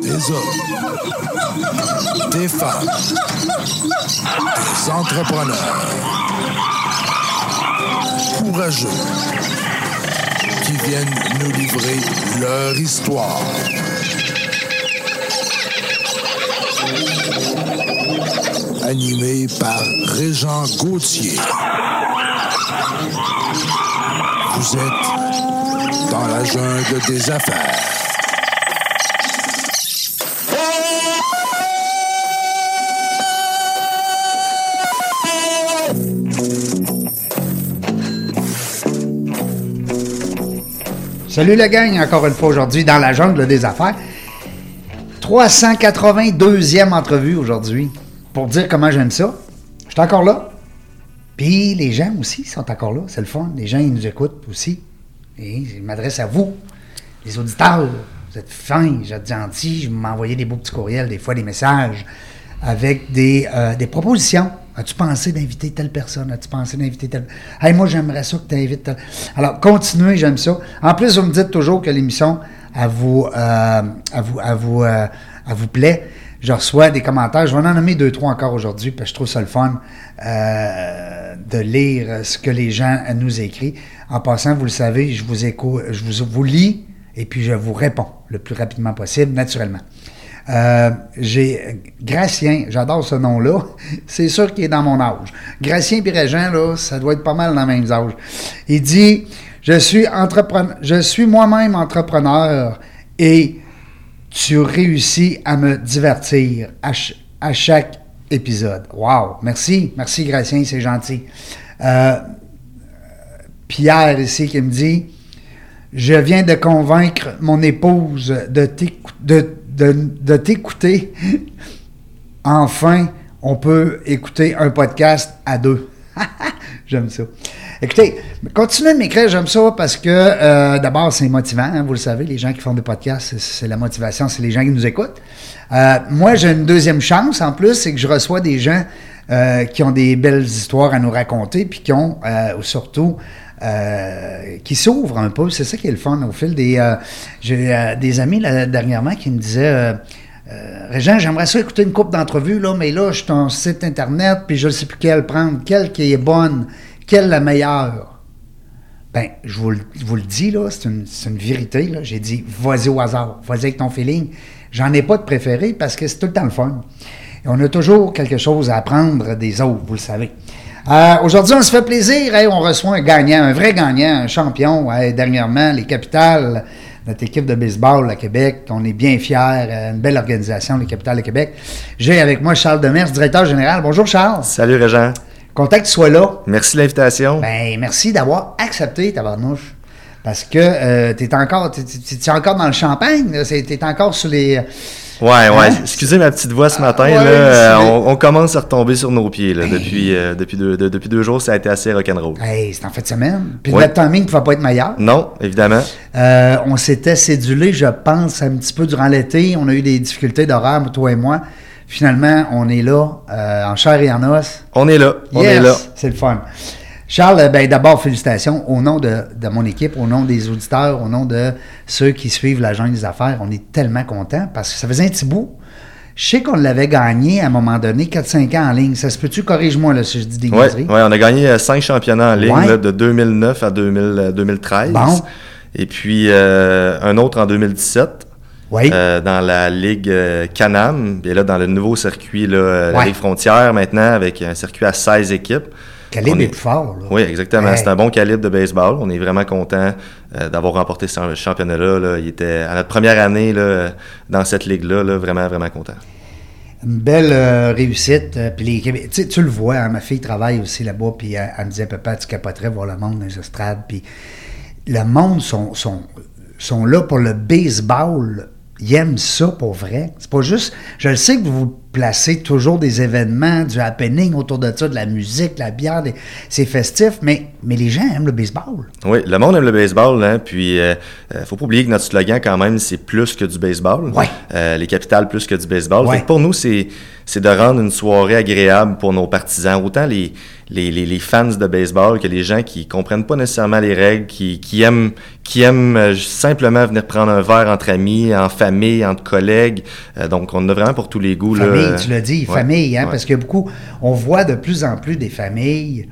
Des hommes, des femmes, des entrepreneurs courageux qui viennent nous livrer leur histoire. Animé par Régent Gauthier. Vous êtes dans la jungle des affaires. Salut la gang, encore une fois aujourd'hui dans la jungle des affaires. 382e entrevue aujourd'hui pour dire comment j'aime ça. Je suis encore là. Puis les gens aussi sont encore là, c'est le fun. Les gens, ils nous écoutent aussi. Et je m'adresse à vous, les auditeurs. Vous êtes fins, vous êtes gentils. Vous m'envoyez des beaux petits courriels, des fois des messages avec des propositions. As-tu pensé d'inviter telle personne? As-tu pensé d'inviter telle... Hey, moi, j'aimerais ça que tu invites telle... Alors, continuez, j'aime ça. En plus, vous me dites toujours que l'émission, elle vous plaît. Je reçois des commentaires. Je vais en nommer 2-3 encore aujourd'hui, parce que je trouve ça le fun de lire ce que les gens nous écrivent. En passant, vous le savez, je vous lis et puis je vous réponds le plus rapidement possible, naturellement. J'ai Gracien, j'adore ce nom-là, c'est sûr qu'il est dans mon âge. Gracien et Régent, là, ça doit être pas mal dans le même âge. Il dit, je suis moi-même entrepreneur et tu réussis à me divertir à chaque épisode. Wow, merci Gracien, c'est gentil. Pierre ici qui me dit, je viens de convaincre mon épouse de t'écouter. Enfin, on peut écouter un podcast à deux. J'aime ça. Écoutez, continuez de m'écrire, j'aime ça parce que d'abord, c'est motivant, hein, vous le savez, les gens qui font des podcasts, c'est la motivation, c'est les gens qui nous écoutent. Moi, j'ai une deuxième chance en plus, c'est que je reçois des gens qui ont des belles histoires à nous raconter, puis qui ont surtout... qui s'ouvrent un peu, c'est ça qui est le fun au fil des... j'ai des amis dernièrement qui me disaient Régent, j'aimerais ça écouter une couple d'entrevues, là, mais là, je suis ton site internet, puis je ne sais plus quelle prendre, quelle qui est bonne, quelle la meilleure. Ben, je vous le dis, là, c'est une vérité, là. J'ai dit, vas-y au hasard, vas-y avec ton feeling. J'en ai pas de préféré parce que c'est tout le temps le fun. Et on a toujours quelque chose à apprendre des autres, vous le savez. Aujourd'hui, on se fait plaisir. Hey, on reçoit un gagnant, un vrai gagnant, un champion. Hey, dernièrement, les Capitales, notre équipe de baseball à Québec. On est bien fiers. Une belle organisation, les Capitales de Québec. J'ai avec moi Charles Demers, directeur général. Bonjour, Charles. Salut, Régent. Content que tu sois là. Merci de l'invitation. Ben, merci d'avoir accepté, tabarnouche. Parce que t'es encore dans le champagne. T'es encore sur les... Ouais. Excusez ma petite voix ce matin. Là, on commence à retomber sur nos pieds. Là, depuis 2 jours, ça a été assez rock'n'roll. Hey, c'est en fin de semaine. Puis le timing ne pouvait pas être meilleur. Non, évidemment. On s'était cédulé, je pense, un petit peu durant l'été. On a eu des difficultés d'horaire, toi et moi. Finalement, on est là, en chair et en os. On est là. C'est le fun. Charles, ben d'abord, félicitations au nom de mon équipe, au nom des auditeurs, au nom de ceux qui suivent la jungle des affaires. On est tellement contents parce que ça faisait un petit bout. Je sais qu'on l'avait gagné à un moment donné, 4-5 ans en ligne. Ça se peut-tu? Corrige-moi là, si je dis des niaiseries. Oui, on a gagné 5 championnats en ligne là, de 2009 à 2013. Bon. Et puis un autre en 2017. Oui. Dans la Ligue Can-Am. Et là, dans le nouveau circuit, là, la Ligue Frontière maintenant, avec un circuit à 16 équipes. Calibre est plus fort. Là. Oui, exactement. Hey. C'est un bon calibre de baseball. On est vraiment content d'avoir remporté ce championnat-là. Là. Il était à notre première année là, dans cette ligue-là. Là, vraiment, vraiment content. Une belle réussite. Puis tu le vois, hein, ma fille travaille aussi là-bas. Puis elle me disait, papa, tu capoterais voir le monde dans les estrades. Puis le monde sont là pour le baseball. Ils aiment ça pour vrai. C'est pas juste... Je le sais que vous placez toujours des événements, du happening autour de ça, de la musique, de la bière, c'est festif, mais mais les gens aiment le baseball. Oui, le monde aime le baseball, hein, puis faut pas oublier que notre slogan, quand même, c'est plus que du baseball. Ouais. Les capitales, plus que du baseball. Ouais. Fait que pour nous, c'est de rendre une soirée agréable pour nos partisans, autant les fans de baseball que les gens qui comprennent pas nécessairement les règles, qui aiment simplement venir prendre un verre entre amis, en famille, entre collègues. Donc, on en a vraiment pour tous les goûts. Famille, là. tu l'as dit, Ouais. famille, hein, Ouais. parce que on voit de plus en plus des familles,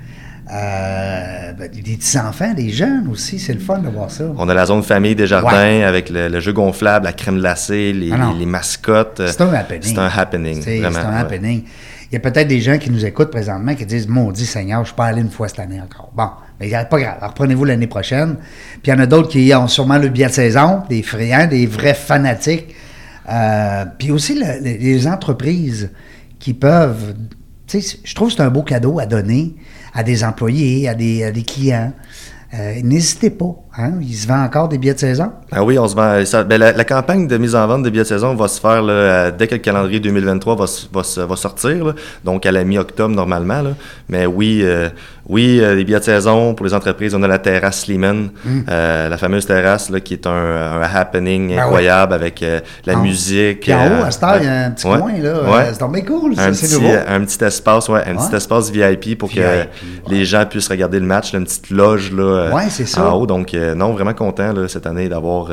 des petits-enfants, des jeunes aussi, c'est le fun de voir ça. On a la zone famille des jardins avec le jeu gonflable, la crème glacée, les mascottes. C'est un happening. C'est un happening, vraiment. C'est un happening. Il y a peut-être des gens qui nous écoutent présentement qui disent « Maudit Seigneur, je suis pas allé une fois cette année encore. » Bon, mais pas grave, reprenez-vous l'année prochaine. Puis il y en a d'autres qui ont sûrement le billet de saison, des friands, des vrais fanatiques. Puis aussi les entreprises qui peuvent... Tu sais, je trouve que c'est un beau cadeau à donner à des employés, à des clients. N'hésitez pas. Hein? Il se vend encore des billets de saison? Ah oui, on se vend. La campagne de mise en vente des billets de saison va se faire là, dès que le calendrier 2023 va sortir, là, donc à la mi-octobre normalement. Là. Mais oui, les billets de saison pour les entreprises, on a la terrasse Sliman, la fameuse terrasse là, qui est un happening incroyable avec la musique. Puis en haut, à cette heure, il y a un petit coin, là. C'est tombé cool, ça, c'est nouveau. Un petit espace, petit espace VIP pour que les gens puissent regarder le match, là, une petite loge là, c'est ça. en haut. Donc, non, vraiment content là, cette année d'avoir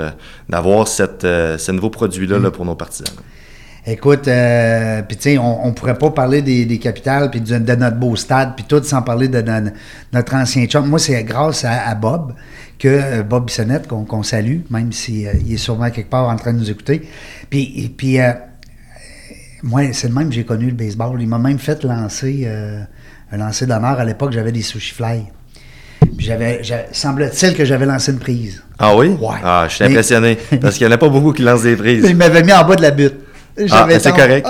ce nouveau produit-là là, pour nos partisans. Écoute, puis tu sais, on pourrait pas parler des capitales puis de notre beau stade puis tout sans parler de notre ancien chum. Moi, c'est grâce à Bob, Bob Bissonnette, qu'on salue, même s'il est sûrement quelque part en train de nous écouter. Puis moi, c'est le même que j'ai connu le baseball. Il m'a même fait lancer un lancer d'honneur. À l'époque, j'avais des sushi fly. Puis semble-t-il que j'avais lancé une prise. Ah oui? Ouais. Ah, je suis impressionné, parce qu'il n'y en a pas beaucoup qui lancent des prises. Mais il m'avait mis en bas de la butte. C'est correct.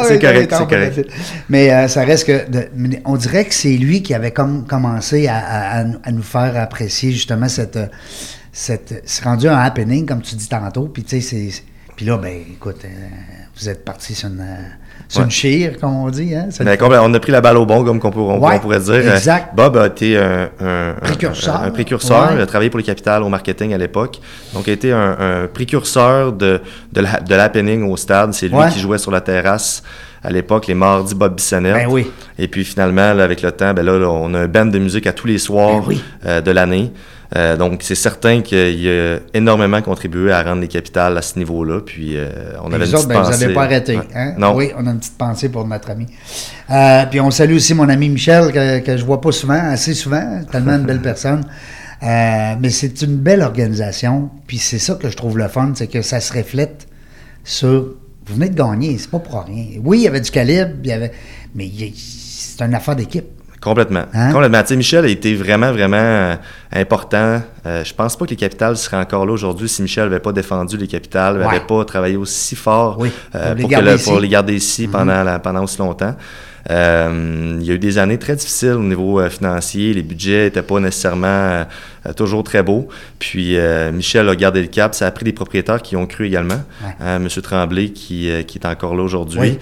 Mais ça reste que... on dirait que c'est lui qui avait commencé à nous faire apprécier justement c'est rendu un happening, comme tu dis tantôt. Puis tu sais, puis là, ben écoute, vous êtes parti sur une chire, comme on dit. Hein? On a pris la balle au bon, comme on pourrait dire. Exact. Bob a été un précurseur. Il a travaillé pour les capitales au marketing à l'époque. Donc, il a été un précurseur de l'happening au stade. C'est lui qui jouait sur la terrasse à l'époque, les mardis Bob Bissonnette. Ben oui. Et puis, finalement, là, avec le temps, on a un band de musique à tous les soirs de l'année. Donc, c'est certain qu'il a énormément contribué à rendre les capitales à ce niveau-là. Puis, on avait une petite pensée. Vous n'avez pas arrêté. Hein? Non. Oui, on a une petite pensée pour notre ami. Puis, on salue aussi mon ami Michel, que je vois pas souvent, assez souvent, tellement une belle personne. Mais c'est une belle organisation. Puis, c'est ça que je trouve le fun, c'est que ça se reflète sur... Vous venez de gagner, c'est pas pour rien. Oui, il y avait du calibre, mais c'est une affaire d'équipe. Complètement. Hein? Complètement. Tu sais, Michel a été vraiment, vraiment important. Je pense pas que les capitales seraient encore là aujourd'hui si Michel n'avait pas défendu les capitales, n'avait pas travaillé aussi fort pour les garder ici pendant aussi longtemps. Il y a eu des années très difficiles au niveau financier. Les budgets n'étaient pas nécessairement toujours très beaux. Puis Michel a gardé le cap. Ça a pris des propriétaires qui ont cru également. M. Tremblay qui est encore là aujourd'hui.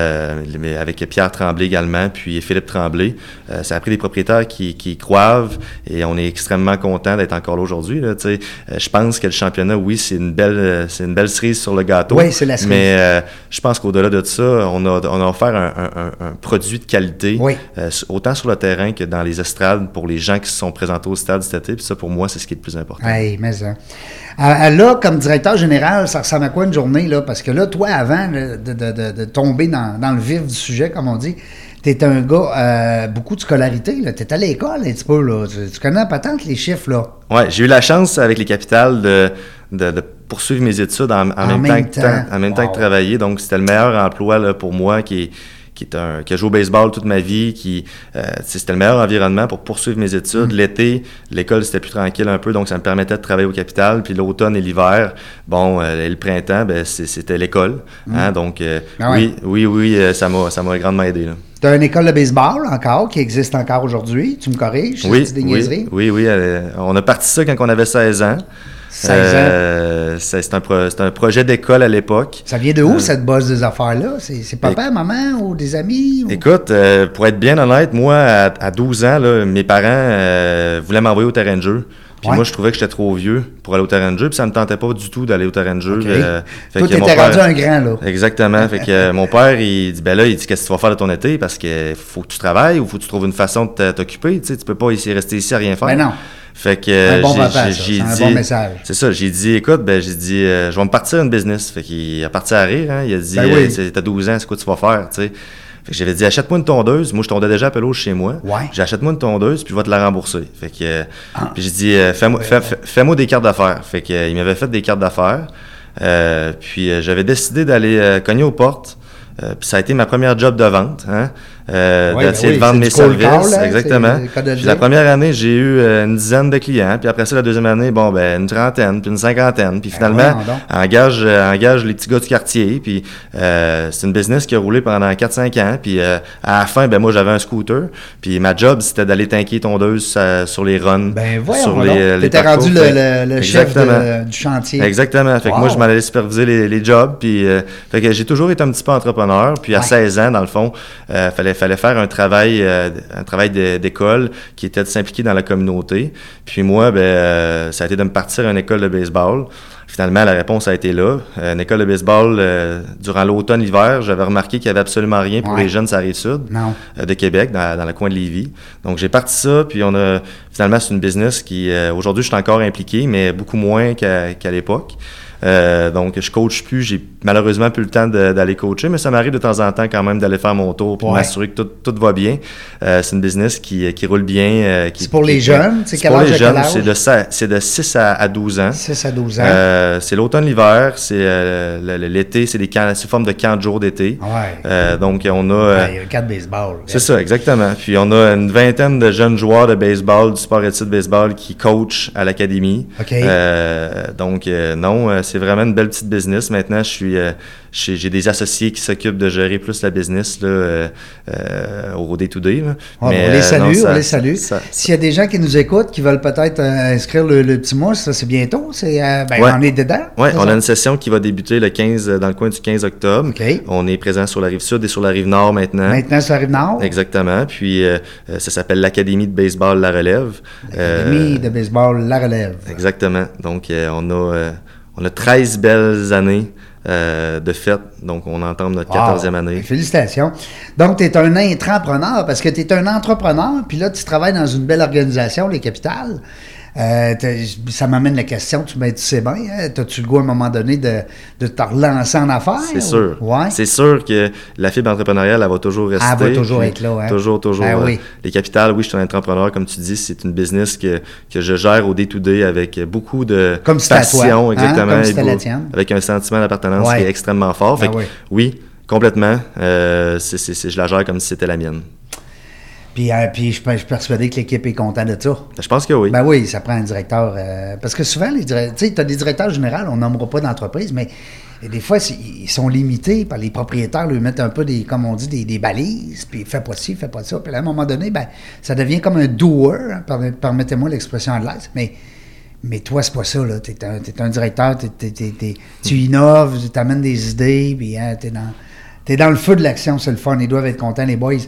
Avec Pierre Tremblay également, puis Philippe Tremblay. Ça a pris des propriétaires qui croient et on est extrêmement content d'être encore là aujourd'hui. Là, je pense que le championnat, oui, c'est une belle cerise sur le gâteau. Oui, c'est la cerise. Mais je pense qu'au-delà de ça, on a offert un produit de qualité, autant sur le terrain que dans les estrades pour les gens qui se sont présentés au stade cet été. Puis ça, pour moi, c'est ce qui est le plus important. Hey, mais ça. Là, comme directeur général, ça ressemble à quoi une journée? Là? Parce que là, toi, avant de tomber dans le vif du sujet, comme on dit, tu es un gars, beaucoup de scolarité. Tu es à l'école un petit peu. Là. Tu connais pas tant les chiffres. Là. Oui, j'ai eu la chance avec les capitales de poursuivre mes études en même temps que travailler. Donc, c'était le meilleur emploi là, pour moi qui a joué au baseball toute ma vie, c'était le meilleur environnement pour poursuivre mes études. L'été, l'école, c'était plus tranquille un peu, donc ça me permettait de travailler au Capitale. Puis l'automne et l'hiver, et le printemps, c'était l'école. Hein, donc, oui, ça m'a grandement aidé. Tu as une école de baseball encore, qui existe encore aujourd'hui. Tu me corriges? Oui, on a parti ça quand on avait 16 ans. 16 ans. c'est un projet d'école à l'époque. Ça vient de où, cette base des affaires-là? C'est papa, maman ou des amis? Ou... Écoute, pour être bien honnête, moi, à 12 ans, là, mes parents voulaient m'envoyer au terrain de jeu. Puis moi, je trouvais que j'étais trop vieux pour aller au terrain de jeu, puis ça me tentait pas du tout d'aller au terrain de jeu. Toi, t'étais rendu un grand, là. Exactement. Fait que mon père, il dit, qu'est-ce que tu vas faire de ton été? Parce que faut que tu travailles ou faut que tu trouves une façon de t'occuper. Tu sais, tu peux pas rester ici à rien faire. Ben non. Fait que un bon message. C'est ça, j'ai dit, écoute, je vais me partir une business. Fait qu'il a parti à rire, hein. Il a dit, t'as 12 ans, c'est quoi tu vas faire, tu sais? Fait que j'avais dit, achète-moi une tondeuse. Moi, je tondais déjà à pelouse chez moi. Ouais. J'ai achète-moi une tondeuse, puis je vais te la rembourser. Fait que, puis j'ai dit, fais-moi des cartes d'affaires. Fait que, il m'avait fait des cartes d'affaires. Puis j'avais décidé d'aller cogner aux portes. Puis ça a été ma première job de vente, hein? D'essayer de vendre mes services. Call, exactement. Puis la première année, j'ai eu une dizaine de clients. Puis après ça, la deuxième année, une trentaine, puis une cinquantaine. Puis finalement, engage les petits gars du quartier. Puis c'est une business qui a roulé pendant 4-5 ans. Puis à la fin, moi, j'avais un scooter. Puis ma job, c'était d'aller tanker tondeuse sur les runs. Sur les t'étais rendu le chef du chantier. Exactement. Fait que moi, je m'en allais superviser les jobs. Puis fait que j'ai toujours été un petit peu entrepreneur. Puis à 16 ans, dans le fond, fallait faire un travail d'école qui était de s'impliquer dans la communauté. Puis moi, ça a été de me partir à une école de baseball. Finalement, la réponse a été là. Une école de baseball, durant l'automne, l'hiver, j'avais remarqué qu'il n'y avait absolument rien pour les jeunes sur la Rive-Sud de Québec, dans le coin de Lévis. Donc, j'ai parti ça, puis finalement, c'est une business qui, aujourd'hui, je suis encore impliqué, mais beaucoup moins qu'à l'époque. Donc, je coach plus. J'ai malheureusement plus le temps d'aller coacher, mais ça m'arrive de temps en temps quand même d'aller faire mon tour pour m'assurer que tout va bien. C'est une business qui roule bien. C'est pour les jeunes? C'est pour les jeunes. C'est de 6 à 12 ans. 6 à 12 ans. C'est l'automne, l'hiver. C'est l'été. C'est sous forme de camps de jour d'été. Donc, on a... il y a un camp de baseball. C'est ça, exactement. Puis, on a une vingtaine de jeunes joueurs de baseball, du sport-études baseball qui coachent à l'académie. Donc, c'est vraiment une belle petite business. Maintenant, j'ai des associés qui s'occupent de gérer plus la business là, au day-to-day. On les salue. S'il y a des gens qui nous écoutent, qui veulent peut-être inscrire le petit mois, ça c'est bientôt. On est dedans. Oui, on a une session qui va débuter le 15, dans le coin du 15 octobre. On est présent sur la Rive-Sud et sur la Rive-Nord maintenant. Maintenant sur la Rive-Nord? Exactement. Puis, ça s'appelle l'Académie de baseball La Relève. L'Académie de baseball La Relève. Exactement. Donc, on a 13 belles années de fête, donc on entame notre 14e année. Félicitations. Donc, tu es un intrapreneur, parce que tu es un entrepreneur, puis là, tu travailles dans une belle organisation, les Capitales. Ça m'amène la question, tu sais bien, hein, as-tu le goût à un moment donné de te relancer en affaires? C'est sûr. Ouais. C'est sûr que la fibre entrepreneuriale, elle va toujours rester. Elle va toujours être là. Hein? Toujours. Oui. Les Capitales, oui, je suis un entrepreneur, comme tu dis, c'est une business que je gère au day-to-day avec beaucoup de passion. Exactement. Comme si c'était la tienne. Avec un sentiment d'appartenance qui est extrêmement fort. Fait que, oui, complètement. Je la gère comme si c'était la mienne. Puis je suis persuadé que l'équipe est contente de ça. Je pense que oui. Ben oui, ça prend un directeur. Parce que souvent, tu as des directeurs généraux, on nommera pas d'entreprise, mais des fois, ils sont limités par les propriétaires, lui mettent un peu comme on dit, des balises, puis fais pas ci, fais pas ça. Puis là, à un moment donné, ça devient comme un doer, hein, permettez-moi l'expression anglaise, mais toi, c'est pas ça, là. T'es un directeur, tu innoves, tu amènes des idées, puis hein, t'es dans le feu de l'action, c'est le fun, ils doivent être contents, les boys.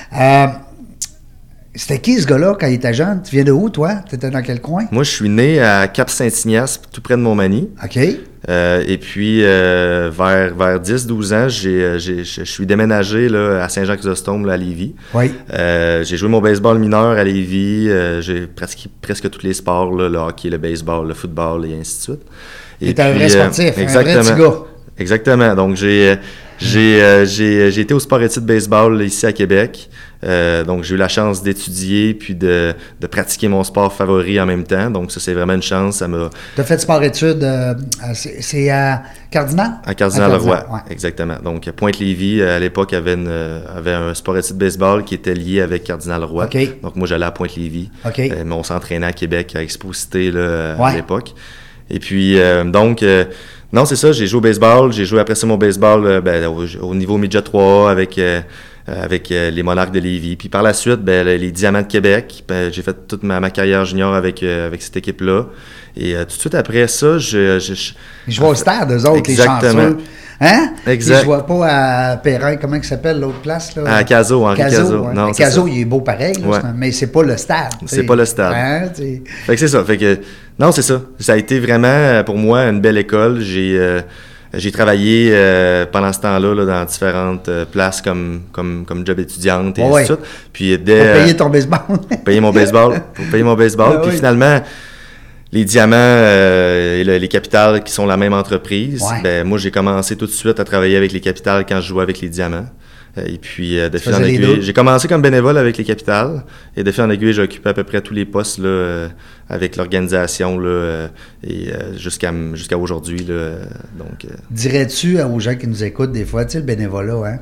C'était qui ce gars-là quand il était jeune? Tu viens de où, toi? Tu étais dans quel coin? Moi, je suis né à Cap-Saint-Ignace, tout près de Montmagny. OK. Et puis, vers 10-12 ans, je suis déménagé là, à Saint-Jean-Chrysostome, là, à Lévis. Oui. J'ai joué mon baseball mineur à Lévis. J'ai pratiqué presque tous les sports, là, le hockey, le baseball, le football et ainsi de suite. Et t'es un vrai sportif, exactement, un vrai petit gars. Exactement. Donc, j'ai été au sport-études baseball ici à Québec. Donc, j'ai eu la chance d'étudier puis de pratiquer mon sport favori en même temps. Donc, ça, c'est vraiment une chance. Tu as fait sport-études, c'est à Cardinal? À Cardinal-Leroy, exactement. Donc, Pointe-Lévis, à l'époque, avait un sport-études baseball qui était lié avec Cardinal-Leroy. Okay. Donc, moi, j'allais à Pointe-Lévis. Okay. Mais on s'entraînait à Québec, à Expo-Cité, là, à l'époque. Et puis, non, c'est ça, j'ai joué au baseball. J'ai joué après ça mon baseball au niveau Midget 3 avec les Monarques de Lévis. Puis par la suite, les Diamants de Québec. J'ai fait toute ma carrière junior avec cette équipe-là. Et tout de suite après ça, Ils jouent au stade, eux autres, exactement. Les chanceux. Hein? Exact. Ils jouent pas à Perrin, comment il s'appelle l'autre place? Là? À Cazaux, Henri Cazaux. Ouais. Non, Cazaux, il est beau pareil, là, mais c'est pas le stade. C'est pas le stade. Hein, fait que c'est ça. Fait que, non, c'est ça. Ça a été vraiment, pour moi, une belle école. J'ai travaillé pendant ce temps-là là, dans différentes places comme job étudiante et ainsi de suite. Puis pour payer ton baseball. Pour payer mon baseball. Puis finalement, les Diamants et les Capitales qui sont la même entreprise, ben, moi, j'ai commencé tout de suite à travailler avec les Capitales quand je jouais avec les Diamants. Et puis, de fil en aiguille, j'ai commencé comme bénévole avec les Capitales. Et de fil en aiguille, j'ai occupé à peu près tous les postes là, avec l'organisation là, et jusqu'à aujourd'hui. Là, donc, dirais-tu aux gens qui nous écoutent des fois, tu sais, le bénévolat, hein?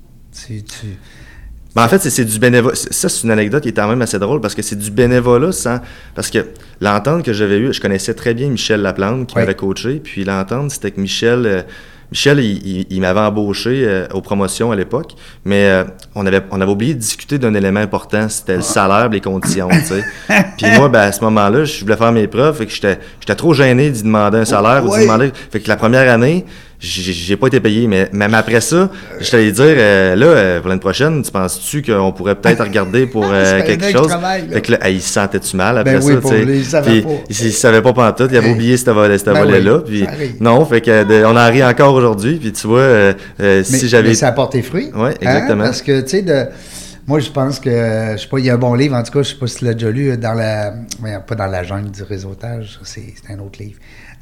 Ben en fait, c'est du bénévolat. Ça, c'est une anecdote qui est quand même assez drôle parce que c'est du bénévolat parce que l'entente que j'avais eue, je connaissais très bien Michel Laplante qui m'avait coaché. Puis l'entente, c'était que Michel, il m'avait embauché aux promotions à l'époque, mais on avait oublié de discuter d'un élément important, c'était le salaire, les conditions, tu sais. Puis moi, ben, à ce moment-là, je voulais faire mes preuves, fait que j'étais trop gêné d'y demander un salaire ou d'y demander. Fait que la première année, j'ai pas été payé, mais même après ça, je t'allais dire, pour l'année prochaine, tu penses-tu qu'on pourrait peut-être regarder pour quelque chose? Fait que là, il se sentait-tu mal après ça, tu sais? Il savait pas. Il savait pas pantoute, il avait oublié ce volet-là, puis non, fait que on en rit encore aujourd'hui, puis tu vois, si j'avais... Mais ça a porté fruit. Oui, exactement. Hein? Parce que, tu sais, moi, je pense que, je sais pas, il y a un bon livre, en tout cas, je sais pas si tu l'as déjà lu, pas dans la jungle du réseautage, ça, c'est un autre livre.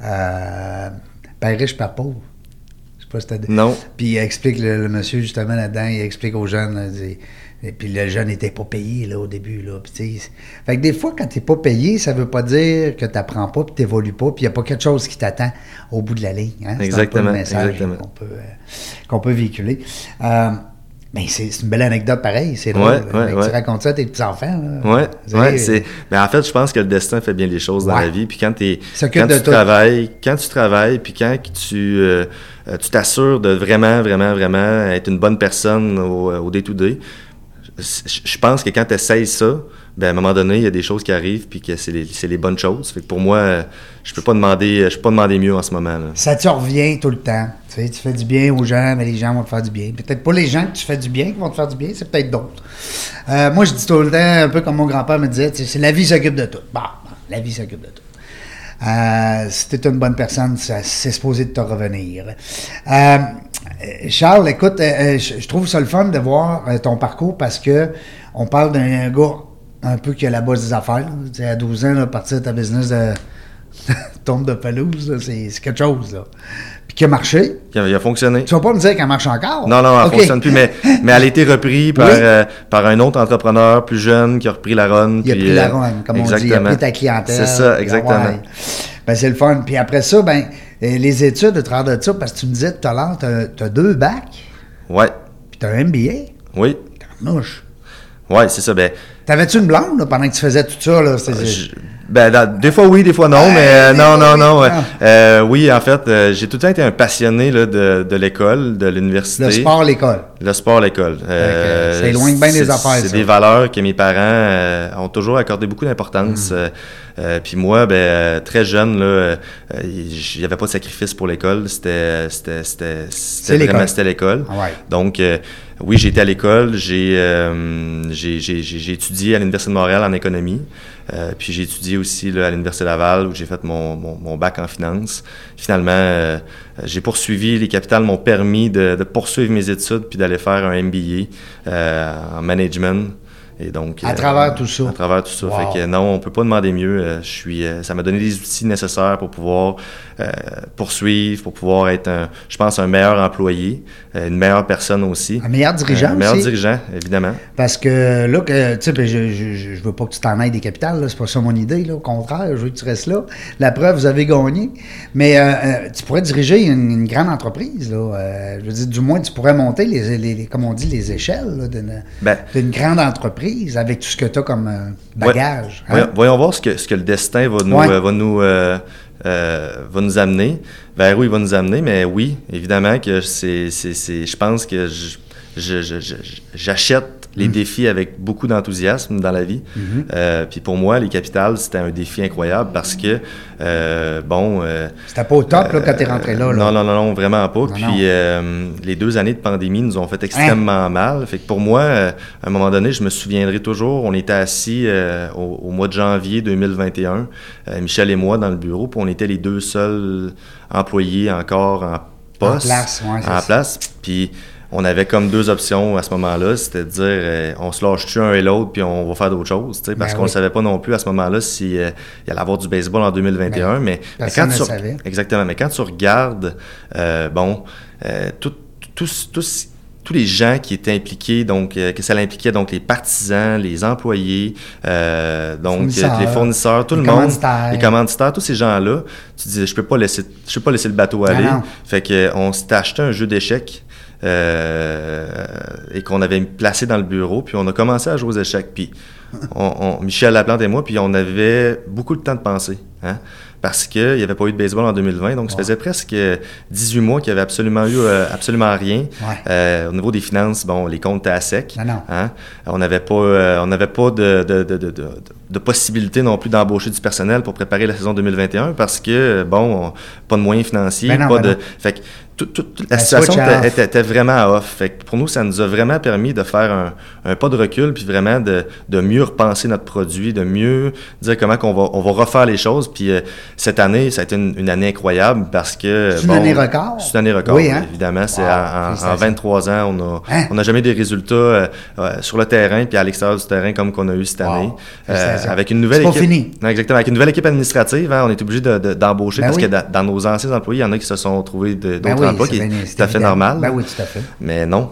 Père riche, père pauvre. Non. Puis il explique, le monsieur, justement, là-dedans, il explique aux jeunes, là, et puis le jeune n'était pas payé, là, au début, là. Puis, fait que des fois, quand t'es pas payé, ça veut pas dire que t'apprends pas, puis t'évolues pas, puis il y a pas quelque chose qui t'attend au bout de la ligne, hein? Exactement. C'est un peu le message qu'on peut véhiculer. Mais c'est une belle anecdote pareil, c'est drôle. Tu racontes ça à tes petits-enfants. Oui, mais en fait, je pense que le destin fait bien les choses dans la vie. Puis quand tu travailles, puis quand tu t'assures de vraiment, vraiment, vraiment être une bonne personne au day-to-day, je pense que quand tu essayes ça, ben à un moment donné, il y a des choses qui arrivent puis que c'est les bonnes choses. Fait que pour moi, je peux pas demander mieux en ce moment. Là. Ça te revient tout le temps. Tu sais, tu fais du bien aux gens, mais les gens vont te faire du bien. Peut-être pas les gens que tu fais du bien qui vont te faire du bien, c'est peut-être d'autres. Moi, je dis tout le temps, un peu comme mon grand-père me disait, c'est la vie s'occupe de tout. Bon, la vie s'occupe de tout. Si tu es une bonne personne, c'est supposé de te revenir. Charles, écoute, je trouve ça le fun de voir ton parcours parce que on parle d'un gars un peu qui a la base des affaires. Tu sais, à 12 ans, là, partir de ta business de tombe de pelouse, là, c'est quelque chose. Là. Puis qui a marché. Il a fonctionné. Tu vas pas me dire qu'elle marche encore? Non, elle ne fonctionne plus, mais elle a été reprise par un autre entrepreneur plus jeune qui a repris la run. Il a pris la run, comme on dit. Il a pris ta clientèle. C'est ça, exactement. Ouais. Ben, c'est le fun. Puis après ça, ben les études, au travers de ça, parce que tu me disais tout à l'heure, tu as 2 bacs. Oui. Puis tu as un MBA. Oui. Carnouche. Oui, c'est ça. Ben, t'avais-tu une blonde là, pendant que tu faisais tout ça? Là? Des fois oui, des fois non, mais non. Oui, en fait, j'ai tout le temps été un passionné là, de l'école, de l'université. Le sport, l'école. Le sport, l'école. Ça éloigne bien des affaires, c'est des valeurs que mes parents ont toujours accordé beaucoup d'importance. Puis moi, très jeune, là, il n'y avait pas de sacrifice pour l'école. C'était l'école. Ah ouais. Donc, oui, j'ai été à l'école. J'ai étudié à l'Université de Montréal en économie. Puis j'ai étudié aussi là, à l'Université Laval où j'ai fait mon bac en finance. Finalement, j'ai poursuivi, les Capitales m'ont permis de poursuivre mes études puis d'aller faire un MBA en management. Et donc, à travers tout ça. À travers tout ça. Wow. Fait que non, on peut pas demander mieux. Ça m'a donné les outils nécessaires pour pouvoir poursuivre, pour pouvoir être, je pense, un meilleur employé, une meilleure personne aussi. Un meilleur dirigeant aussi. Un meilleur dirigeant, évidemment. Parce que là, tu sais, je veux pas que tu t'en ailles des Capitales, là, c'est pas ça mon idée, là, au contraire, je veux que tu restes là. La preuve, vous avez gagné. Mais tu pourrais diriger une grande entreprise, là. Je veux dire, du moins, tu pourrais monter, comme on dit, les échelles là, d'une grande entreprise avec tout ce que tu as comme bagage. Ouais. Hein? Voyons voir ce que le destin va nous amener, vers où il va nous amener, mais oui, évidemment que je pense que j'achète les défis avec beaucoup d'enthousiasme dans la vie. Puis pour moi, les capitales, c'était un défi incroyable parce que, c'était pas au top quand t'es rentré là. Non, vraiment pas. Puis les 2 années de pandémie nous ont fait extrêmement mal. Fait que pour moi, à un moment donné, je me souviendrai toujours, on était assis au mois de janvier 2021, Michel et moi, dans le bureau, puis on était les 2 seuls employés encore en poste. En place. Puis on avait comme 2 options à ce moment-là, c'était de dire on se lâche-tu un et l'autre puis on va faire d'autres choses, parce qu'on ne savait pas non plus à ce moment-là s'il allait y avoir du baseball en 2021, mais quand tu savait. Exactement, mais quand tu regardes tous les gens qui étaient impliqués, donc que ça impliquait donc les partisans, les employés, les fournisseurs, tout le monde, les commanditaires, tous ces gens-là, tu disais je peux pas laisser le bateau aller. Fait que on s'était acheté un jeu d'échecs et qu'on avait placé dans le bureau, puis on a commencé à jouer aux échecs. Puis Michel Laplante et moi, puis on avait beaucoup de temps de penser, parce qu'il n'y avait pas eu de baseball en 2020, donc ça faisait presque 18 mois qu'il n'y avait absolument rien. Au niveau des finances, les comptes étaient à sec. On n'avait pas de possibilité non plus d'embaucher du personnel pour préparer la saison 2021 parce que, pas de moyens financiers, Fait que toute la situation était vraiment off. Fait que pour nous, ça nous a vraiment permis de faire un pas de recul puis vraiment de mieux repenser notre produit, de mieux dire comment on va refaire les choses. Puis cette année, ça a été une année incroyable parce que... C'est une année record? C'est une année record, oui, évidemment. C'est en 23 ans, on n'a jamais eu des résultats sur le terrain puis à l'extérieur du terrain comme qu'on a eu cette année. Avec une nouvelle équipe. C'est pas fini. Non, exactement. Avec une nouvelle équipe administrative, on est obligé d'embaucher parce que dans nos anciens employés, il y en a qui se sont trouvés d'autres emplois, qui est tout à fait normal. Oui, tout à fait. Mais non.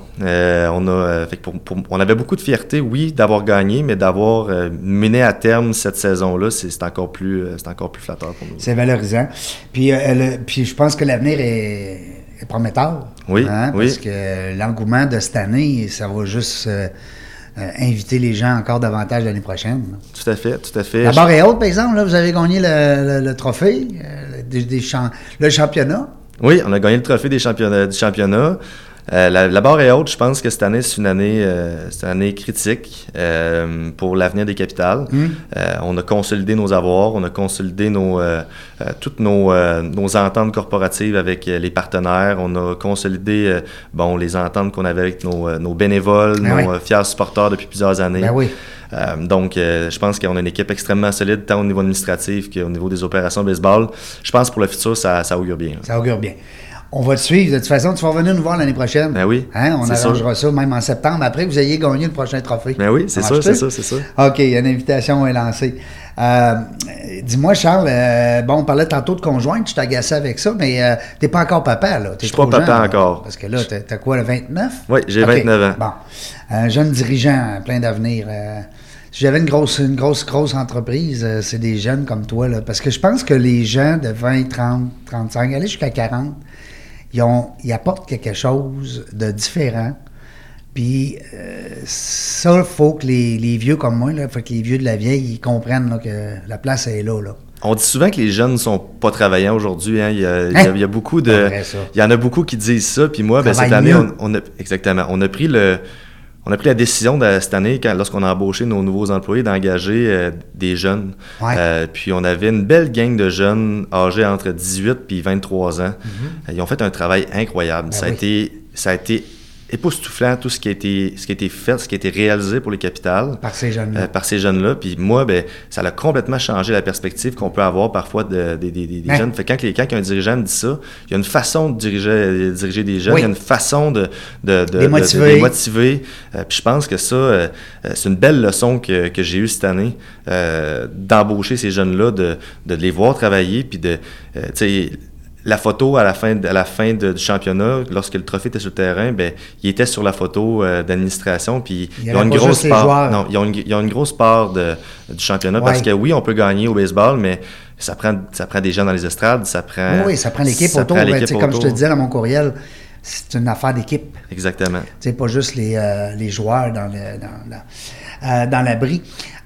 On avait beaucoup de fierté, oui, d'avoir gagné, mais d'avoir mené à terme cette saison-là, c'est encore plus flatteur pour nous. C'est valorisant. Puis je pense que l'avenir est prometteur. Oui, parce que l'engouement de cette année, ça va juste... inviter les gens encore davantage l'année prochaine. Tout à fait. La barre est haute, par exemple. Là, vous avez gagné le trophée, le championnat. Oui, on a gagné le trophée du championnat. La barre est haute. Je pense que cette année, c'est une année critique pour l'avenir des capitales. On a consolidé nos avoirs, on a consolidé toutes nos ententes corporatives avec les partenaires. On a consolidé les ententes qu'on avait avec nos bénévoles, nos fiers supporters depuis plusieurs années. Donc, je pense qu'on a une équipe extrêmement solide, tant au niveau administratif qu'au niveau des opérations baseball. Je pense que pour le futur, ça augure bien. Ça augure bien. On va te suivre. De toute façon, tu vas venir nous voir l'année prochaine. Ben oui. On arrangera ça même en septembre, après que vous ayez gagné le prochain trophée. Ben oui, c'est ça. OK, une invitation est lancée. Dis-moi, Charles, on parlait tantôt de conjointe, je t'agaçais avec ça, mais t'es pas encore papa, là. Je suis pas papa encore. Parce que là, t'as quoi, le 29? Oui, j'ai 29 ans. Bon. Jeune dirigeant, plein d'avenir. Si j'avais une grosse entreprise, c'est des jeunes comme toi, là. Parce que je pense que les gens de 20, 30, 35, aller jusqu'à 40, ils apportent quelque chose de différent. Puis ça, il faut que les vieux comme moi, il faut que les vieux de la vieille, ils comprennent là, que la place est là. On dit souvent que les jeunes ne sont pas travaillants aujourd'hui. Il y a beaucoup de... Il y en a beaucoup qui disent ça. Puis moi, cette année, on a pris la décision cette année, lorsqu'on a embauché nos nouveaux employés, d'engager des jeunes. Puis on avait une belle gang de jeunes âgés entre 18 et 23 ans. Ils ont fait un travail incroyable. Ça a été époustouflant tout ce qui a été fait, ce qui a été réalisé pour les capitales. Par ces jeunes-là. Puis moi, ça a complètement changé la perspective qu'on peut avoir parfois des jeunes. Fait que quand un dirigeant me dit ça, il y a une façon de diriger des jeunes, il y a une façon de les motiver. Puis je pense que ça, c'est une belle leçon que j'ai eue cette année, d'embaucher ces jeunes-là, de les voir travailler, puis la photo à la fin du championnat, lorsque le trophée était sur le terrain, il était sur la photo d'administration, puis ils ont une grosse part. Non, ils ont une grosse part du championnat parce que oui, on peut gagner au baseball, mais ça prend des gens dans les estrades, ça prend l'équipe autour. Comme je te disais dans mon courriel, c'est une affaire d'équipe. Exactement. C'est pas juste les joueurs dans l'abri.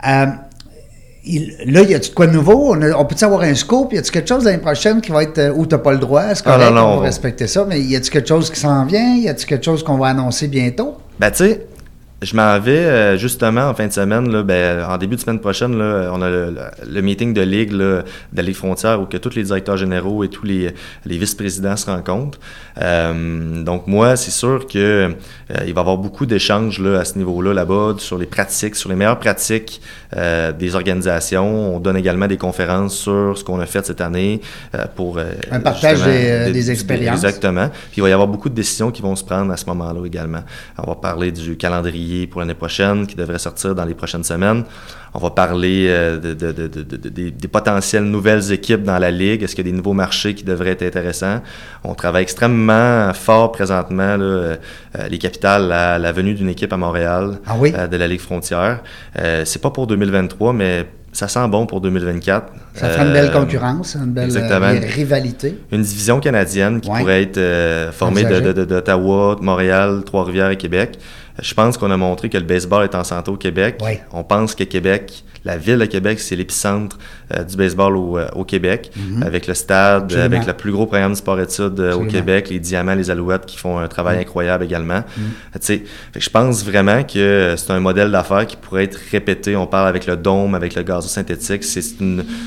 Là, y a-tu de quoi de nouveau? On peut-tu avoir un scoop? Y a-tu quelque chose l'année prochaine qui va être où t'as pas le droit? Est-ce qu'on va respecter ça? Mais y a-tu quelque chose qui s'en vient? Y a-tu quelque chose qu'on va annoncer bientôt? Tu sais, Je m'en vais justement en fin de semaine, là, en début de semaine prochaine, là, on a le meeting de Ligue, là, de la Ligue frontière où que tous les directeurs généraux et tous les vice-présidents se rencontrent. Donc moi, c'est sûr que il va y avoir beaucoup d'échanges là, à ce niveau-là, là-bas, sur les pratiques, sur les meilleures pratiques des organisations. On donne également des conférences sur ce qu'on a fait cette année pour... un partage des expériences. Exactement. Puis il va y avoir beaucoup de décisions qui vont se prendre à ce moment-là également. On va parler du calendrier pour l'année prochaine, qui devrait sortir dans les prochaines semaines. On va parler des potentielles nouvelles équipes dans la Ligue. Est-ce qu'il y a des nouveaux marchés qui devraient être intéressants? On travaille extrêmement fort présentement, là, les Capitales, la venue d'une équipe à Montréal de la Ligue frontière. C'est pas pour 2023, mais ça sent bon pour 2024. Ça fera une belle concurrence, une belle rivalité. Une division canadienne qui pourrait être formée d'Ottawa, de Montréal, Trois-Rivières et Québec. Je pense qu'on a montré que le baseball est en santé au Québec. Oui. On pense que Québec, la ville de Québec, c'est l'épicentre du baseball au Québec, avec le stade, avec le plus gros programme de sport-études au Québec, les Diamants, les Alouettes qui font un travail incroyable également. Je pense vraiment que c'est un modèle d'affaires qui pourrait être répété. On parle avec le dôme, avec le gazon synthétique. C'est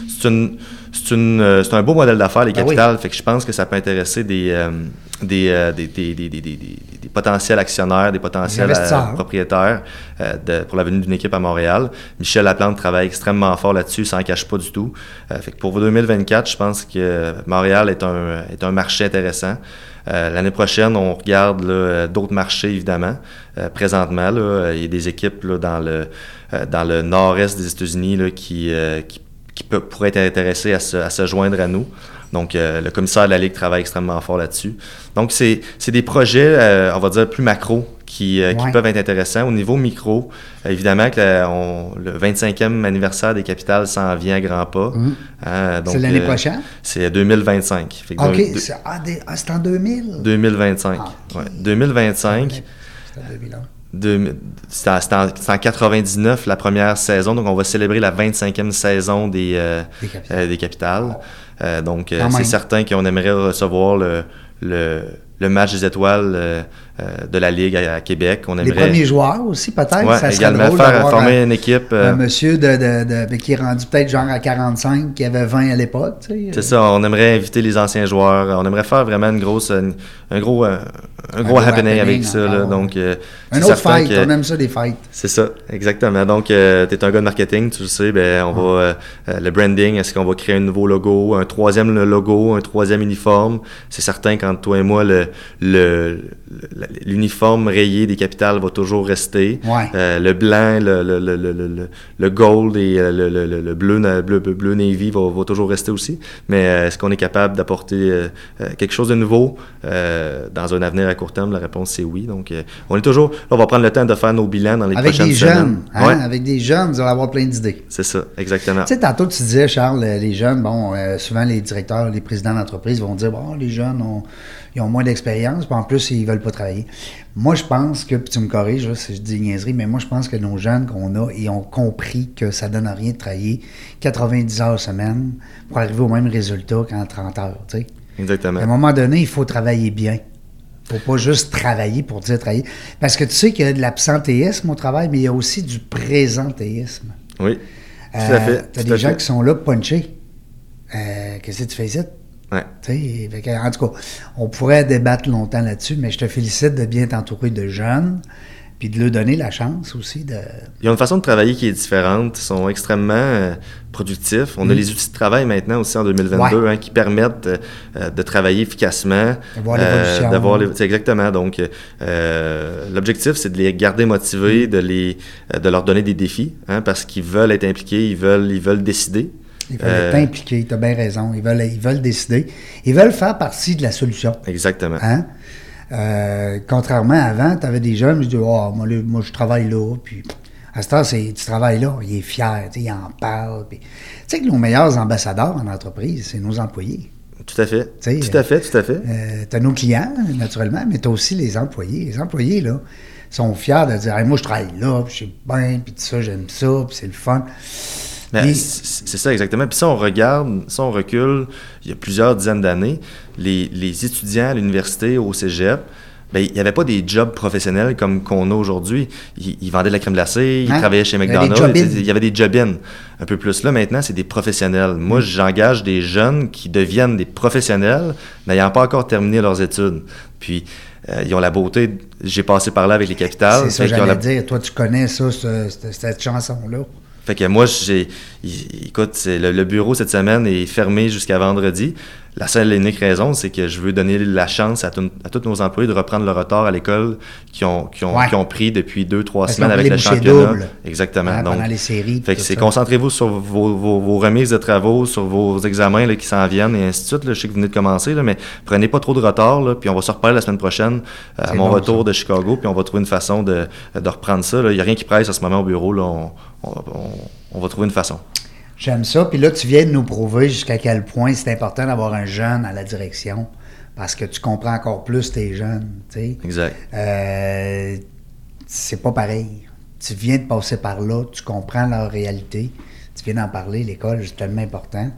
un beau modèle d'affaires, les Capitales. Fait que je pense que ça peut intéresser des potentiels actionnaires, des potentiels propriétaires pour la venue d'une équipe à Montréal. Michel Laplante travaille extrêmement fort là-dessus, ça n'en cache pas du tout. Fait que pour 2024, je pense que Montréal est un marché intéressant. L'année prochaine, on regarde là, d'autres marchés, évidemment. Présentement, là, il y a des équipes là, dans le nord-est des États-Unis là, qui pourraient être intéressés à se joindre à nous. Donc, le commissaire de la Ligue travaille extrêmement fort là-dessus. Donc, c'est des projets, on va dire, plus macro qui peuvent être intéressants. Au niveau micro, évidemment que le 25e anniversaire des Capitales s'en vient à grands pas. Donc, c'est l'année prochaine? C'est 2025. Fait que OK. C'est en 2000? 2025. Ouais. 2025. C'est en 2001. C'est en 99, la première saison. Donc, on va célébrer la 25e saison des Capitales. Donc, c'est certain qu'on aimerait recevoir le match des étoiles de la Ligue à Québec. On aimerait... Les premiers joueurs aussi, peut-être. Oui, également former une équipe. Un monsieur qui est rendu peut-être genre à 45, qui avait 20 à l'époque. Tu sais. C'est ça, on aimerait inviter les anciens joueurs. On aimerait faire vraiment un gros happening avec ça. Là. Donc, un autre fight, on aime ça des fights. C'est ça, exactement. Donc, tu es un gars de marketing, tu le sais, on va... le branding, est-ce qu'on va créer un nouveau logo, un troisième logo, un troisième uniforme? C'est certain, quand toi et moi, l'uniforme rayé des Capitales va toujours rester. Le blanc, le gold et le bleu navy va toujours rester aussi. Mais est-ce qu'on est capable d'apporter quelque chose de nouveau dans un avenir à court terme? La réponse, c'est oui. Donc, on est toujours... Là, on va prendre le temps de faire nos bilans dans les prochaines semaines. Avec des jeunes, vous allez avoir plein d'idées. C'est ça, exactement. Tu sais, tantôt, tu disais, Charles, les jeunes, souvent, les directeurs, les présidents d'entreprise vont dire, les jeunes ils ont moins d'expérience, puis en plus, ils veulent pas travailler. Moi, je pense que, puis tu me corriges si je dis niaiserie, mais moi, je pense que nos jeunes qu'on a, ils ont compris que ça donne rien de travailler 90 heures semaine pour arriver au même résultat qu'en 30 heures, tu sais. Exactement. À un moment donné, il faut travailler bien. Il faut pas juste travailler pour dire travailler. Parce que tu sais qu'il y a de l'absentéisme au travail, mais il y a aussi du présentéisme. Oui, tout à fait. Tu as des gens qui sont là punchés. Qu'est-ce que tu fais ici? Ouais. En tout cas, on pourrait débattre longtemps là-dessus, mais je te félicite de bien t'entourer de jeunes, puis de leur donner la chance aussi de... Ils ont une façon de travailler qui est différente. Ils sont extrêmement productifs. On a les outils de travail maintenant aussi en 2022 qui permettent de travailler efficacement. D'avoir l'évolution. Exactement. Donc, l'objectif, c'est de les garder motivés, de leur donner des défis, parce qu'ils veulent être impliqués, ils veulent décider. Ils veulent être impliqués, tu as bien raison. Ils veulent décider. Ils veulent faire partie de la solution. Exactement. Contrairement à avant, tu avais des jeunes qui disaient moi, je travaille là. Puis à ce temps, tu travailles là. Il est fier, il en parle. Puis, tu sais que nos meilleurs ambassadeurs en entreprise, c'est nos employés. Tout à fait. Tout à fait. Tu as nos clients, naturellement, mais tu as aussi les employés. Les employés, là, sont fiers de dire moi, je travaille là, puis je suis bien, puis tout ça, j'aime ça, puis c'est le fun. C'est ça, exactement. Puis si on recule, il y a plusieurs dizaines d'années, les étudiants à l'université, au cégep, ben, il n'y avait pas des jobs professionnels comme qu'on a aujourd'hui. Ils vendaient de la crème glacée, ils travaillaient chez McDonald's, il y avait des job-in. Un peu plus là, maintenant, c'est des professionnels. Moi, j'engage des jeunes qui deviennent des professionnels n'ayant pas encore terminé leurs études. Puis, ils ont la beauté... J'ai passé par là avec les capitales. C'est ça que j'allais dire. Toi, tu connais ça, cette chanson-là. Fait que moi, écoute, le bureau cette semaine est fermé jusqu'à vendredi. La seule et unique raison, c'est que je veux donner la chance à tous nos employés de reprendre le retard à l'école qui ont pris depuis 2-3 semaines avec le championnat. Double. Exactement. Ouais, donc, pendant les séries. Fait que c'est concentrez-vous sur vos remises de travaux, sur vos examens là, qui s'en viennent et ainsi de suite. Là. Je sais que vous venez de commencer, là, mais prenez pas trop de retard. Là, puis on va se reparler la semaine prochaine à mon retour de Chicago. Puis on va trouver une façon de reprendre ça. Il n'y a rien qui presse à ce moment au bureau. Là. On va trouver une façon. J'aime ça. Puis là, tu viens de nous prouver jusqu'à quel point c'est important d'avoir un jeune à la direction parce que tu comprends encore plus tes jeunes. T'sais. Exact. C'est pas pareil. Tu viens de passer par là, tu comprends leur réalité. Tu viens d'en parler, l'école, c'est tellement important.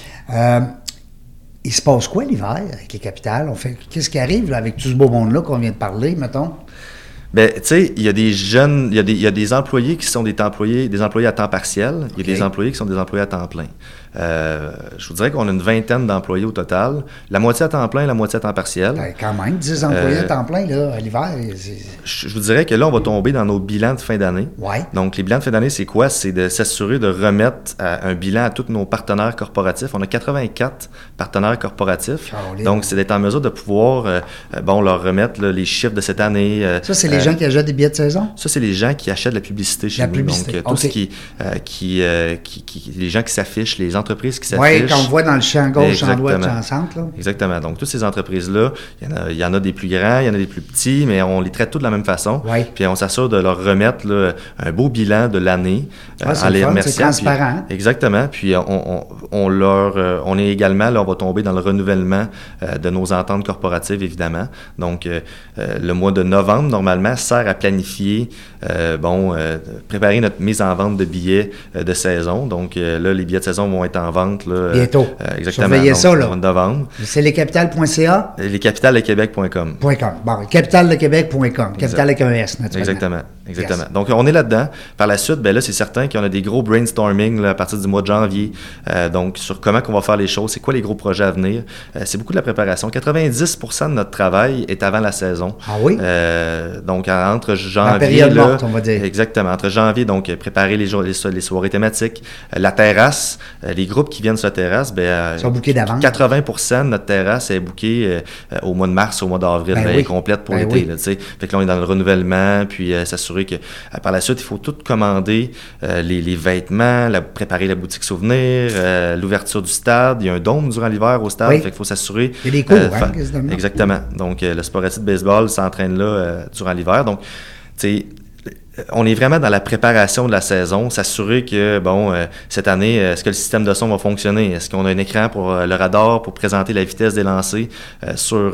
Il se passe quoi l'hiver avec les capitales? Qu'est-ce qui arrive là, avec tout ce beau monde-là qu'on vient de parler, mettons? Ben, tu sais, il y a des jeunes, il y a des employés qui sont des employés à temps partiel, il y a des employés qui sont des employés à temps plein. Je vous dirais qu'on a une vingtaine d'employés au total, la moitié à temps plein, la moitié à temps partiel. Ben, quand même, 10 employés à temps plein, là, à l'hiver. Je vous dirais que là, on va tomber dans nos bilans de fin d'année. Ouais. Donc, les bilans de fin d'année, c'est quoi? C'est de s'assurer de remettre un bilan à tous nos partenaires corporatifs. On a 84 partenaires corporatifs. Donc, c'est d'être en mesure de pouvoir, leur remettre là, les chiffres de cette année. Ça, c'est les gens qui achètent des billets de saison? Ça, c'est les gens qui achètent de la publicité chez nous. Donc, tout ce les gens qui s'affichent, les entreprises qui s'affichent. Oui, qu'on voit dans le champ gauche, champ droit, champ centre. Là. Exactement. Donc, toutes ces entreprises-là, il y en a des plus grands, il y en a des plus petits, mais on les traite tous de la même façon. Oui. Puis, on s'assure de leur remettre là, un beau bilan de l'année en les remerciant. C'est transparent. Puis, exactement. Puis, on est également, là, on va tomber dans le renouvellement de nos ententes corporatives, évidemment. Donc, le mois de novembre, normalement, sert à planifier, préparer notre mise en vente de billets de saison. Donc, là, les billets de saison vont être en vente. Là, bientôt. Exactement. Surveillez ça, là. Au mois de novembre. C'est lescapitales.ca? Lescapitalesdequebec.com. Bon, capitalesdequebec.com. Capital avec un S, naturellement. Exactement. Donc, on est là-dedans. Par la suite, ben là, c'est certain qu'on a des gros brainstorming là, à partir du mois de janvier. Donc, sur comment on va faire les choses, c'est quoi les gros projets à venir. C'est beaucoup de la préparation. 90% de notre travail est avant la saison. Ah oui? Donc, entre janvier... La période morte, on va dire. Exactement. Entre janvier, donc, préparer les soirées thématiques. La terrasse, les groupes qui viennent sur la terrasse, sont bookés d'avance. 80% de notre terrasse est bookée au mois de mars, au mois d'avril. Elle est complète pour l'été. Là, fait que là, on est dans le renouvellement, puis s'assurer que par la suite, il faut tout commander, les vêtements, préparer la boutique souvenir, l'ouverture du stade. Il y a un dôme durant l'hiver au stade, fait qu'il faut s'assurer. Il y a des cours, quasiment. Exactement. Donc, le Sporati de baseball s'entraîne là durant l'hiver. Donc, tu sais, on est vraiment dans la préparation de la saison, s'assurer que, cette année, est-ce que le système de son va fonctionner? Est-ce qu'on a un écran pour le radar pour présenter la vitesse des lancers sur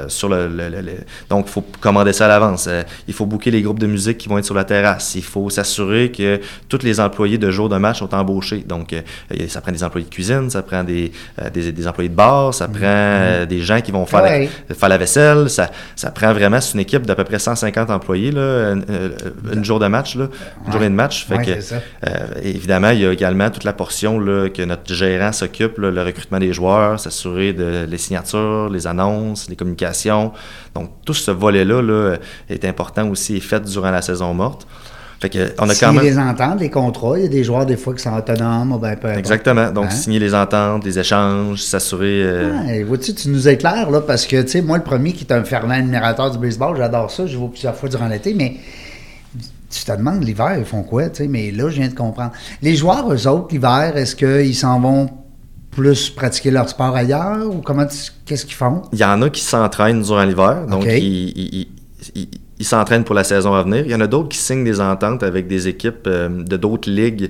Donc, il faut commander ça à l'avance. Il faut booker les groupes de musique qui vont être sur la terrasse. Il faut s'assurer que tous les employés de jour de match sont embauchés. Donc, ça prend des employés de cuisine, ça prend des employés de bar, ça prend des gens qui vont faire la vaisselle. Ça prend vraiment, c'est une équipe d'à peu près 150 employés, là, une journée de match. Fait que, évidemment, il y a également toute la portion là, que notre gérant s'occupe, là, le recrutement des joueurs, s'assurer de les signatures, les annonces, les communications. Donc, tout ce volet-là là, est important aussi et fait durant la saison morte. Fait que, on a signer quand même... les ententes, les contrats, il y a des joueurs des fois qui sont autonomes ou peu importe. Exactement. Donc, signer les ententes, les échanges, s'assurer... Vois-tu, tu nous éclaires, là, parce que, tu sais, moi, le premier qui est un fervent admirateur du baseball, j'adore ça, je vais plusieurs fois durant l'été, mais... Tu te demandes, l'hiver, ils font quoi, tu sais, mais là, je viens de comprendre. Les joueurs, eux autres, l'hiver, est-ce qu'ils s'en vont plus pratiquer leur sport ailleurs ou qu'est-ce qu'ils font? Il y en a qui s'entraînent durant l'hiver, donc ils s'entraînent pour la saison à venir. Il y en a d'autres qui signent des ententes avec des équipes de d'autres ligues,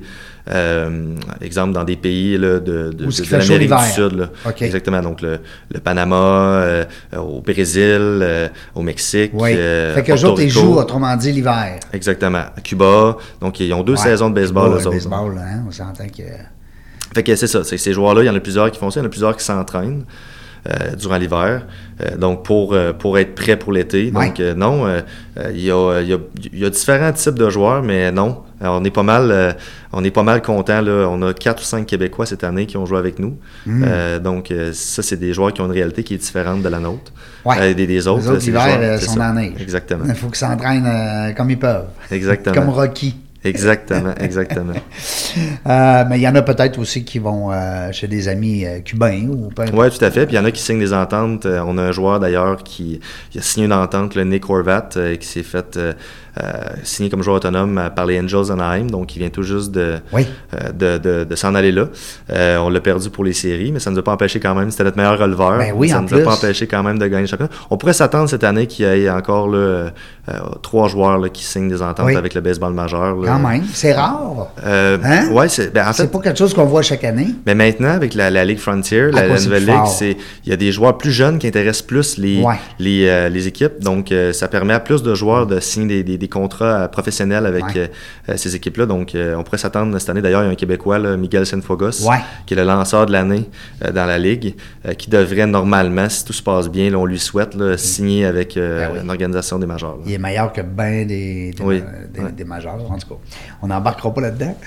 exemple dans des pays là, de l'Amérique du Sud. Là. Okay. Exactement, donc le Panama, au Brésil, au Mexique. Oui. Fait qu'eux autres, ils jouent, autrement dit, l'hiver. Exactement. À Cuba, donc ils ont 2 saisons de baseball. Le baseball, hein, on s'entend que... Fait que c'est ça, ces joueurs-là, il y en a plusieurs qui font ça, il y en a plusieurs qui s'entraînent. durant l'hiver. Donc, pour être prêt pour l'été. Ouais. Donc, non, il y a différents types de joueurs, mais non. On est pas mal contents. Là. On a 4 ou 5 Québécois cette année qui ont joué avec nous. Donc, ça, c'est des joueurs qui ont une réalité qui est différente de la nôtre. Ouais. Des autres. Les autres, l'hiver, sont dans la neige. Exactement. Il faut qu'ils s'entraînent comme ils peuvent. Exactement. Comme Rocky. Exactement. Mais il y en a peut-être aussi qui vont chez des amis cubains ou pas. Oui, tout à fait. Puis il y en a qui signent des ententes. On a un joueur d'ailleurs qui a signé une entente, le Nick Horvat, qui s'est fait signer comme joueur autonome par les Angels d'Anaheim. Donc il vient tout juste de s'en aller là. On l'a perdu pour les séries, mais ça ne nous a pas empêché quand même. C'était notre meilleur releveur. Ben oui, ça en ne nous a pas empêché quand même de gagner le championnat. On pourrait s'attendre cette année qu'il y ait encore là, 3 joueurs là, qui signent des ententes avec le baseball majeur. Là. Quand même, c'est rare. Hein? Oui, en fait, c'est pas quelque chose qu'on voit chaque année. Mais maintenant, avec la Ligue Frontier, la nouvelle ligue, il y a des joueurs plus jeunes qui intéressent plus les équipes. Donc, ça permet à plus de joueurs de signer des contrats professionnels avec ces équipes-là. Donc, on pourrait s'attendre cette année. D'ailleurs, il y a un Québécois, là, Miguel Cienfuegos, qui est le lanceur de l'année dans la Ligue, qui devrait normalement, si tout se passe bien, là, on lui souhaite là, signer avec une organisation des majors. Là. Il est meilleur que bien des majors, en tout cas. On n'embarquera pas là-dedans.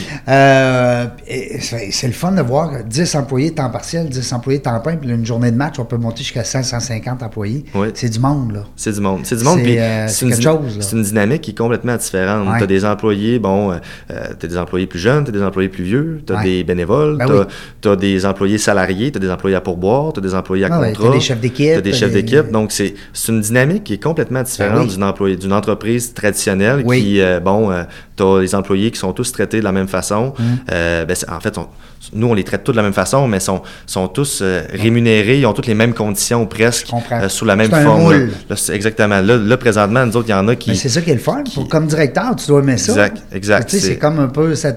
C'est le fun de voir 10 employés temps partiel, 10 employés temps plein, puis une journée de match, on peut monter jusqu'à 100-150 employés. Oui. C'est du monde, là. C'est du monde. C'est quelque chose, là. C'est une dynamique qui est complètement différente. Tu as des employés, tu as des employés plus jeunes, tu as des employés plus vieux, tu as des bénévoles, tu as des employés salariés, tu as des employés à pourboire, tu as des employés à contrat. Tu as des chefs d'équipe. Tu as des chefs d'équipe. Donc, c'est une dynamique qui est complètement différente d'une entreprise traditionnelle qui, tu as les employés qui sont tous traités de la même façon. En fait, nous, on les traite tous de la même façon, mais sont tous rémunérés, ils ont toutes les mêmes conditions ou presque sous la même forme. Là, exactement. Là, présentement, nous autres, il y en a qui... Mais c'est ça qui est le fun. Comme directeur, tu dois aimer ça. Exact. Tu sais, c'est comme un peu ça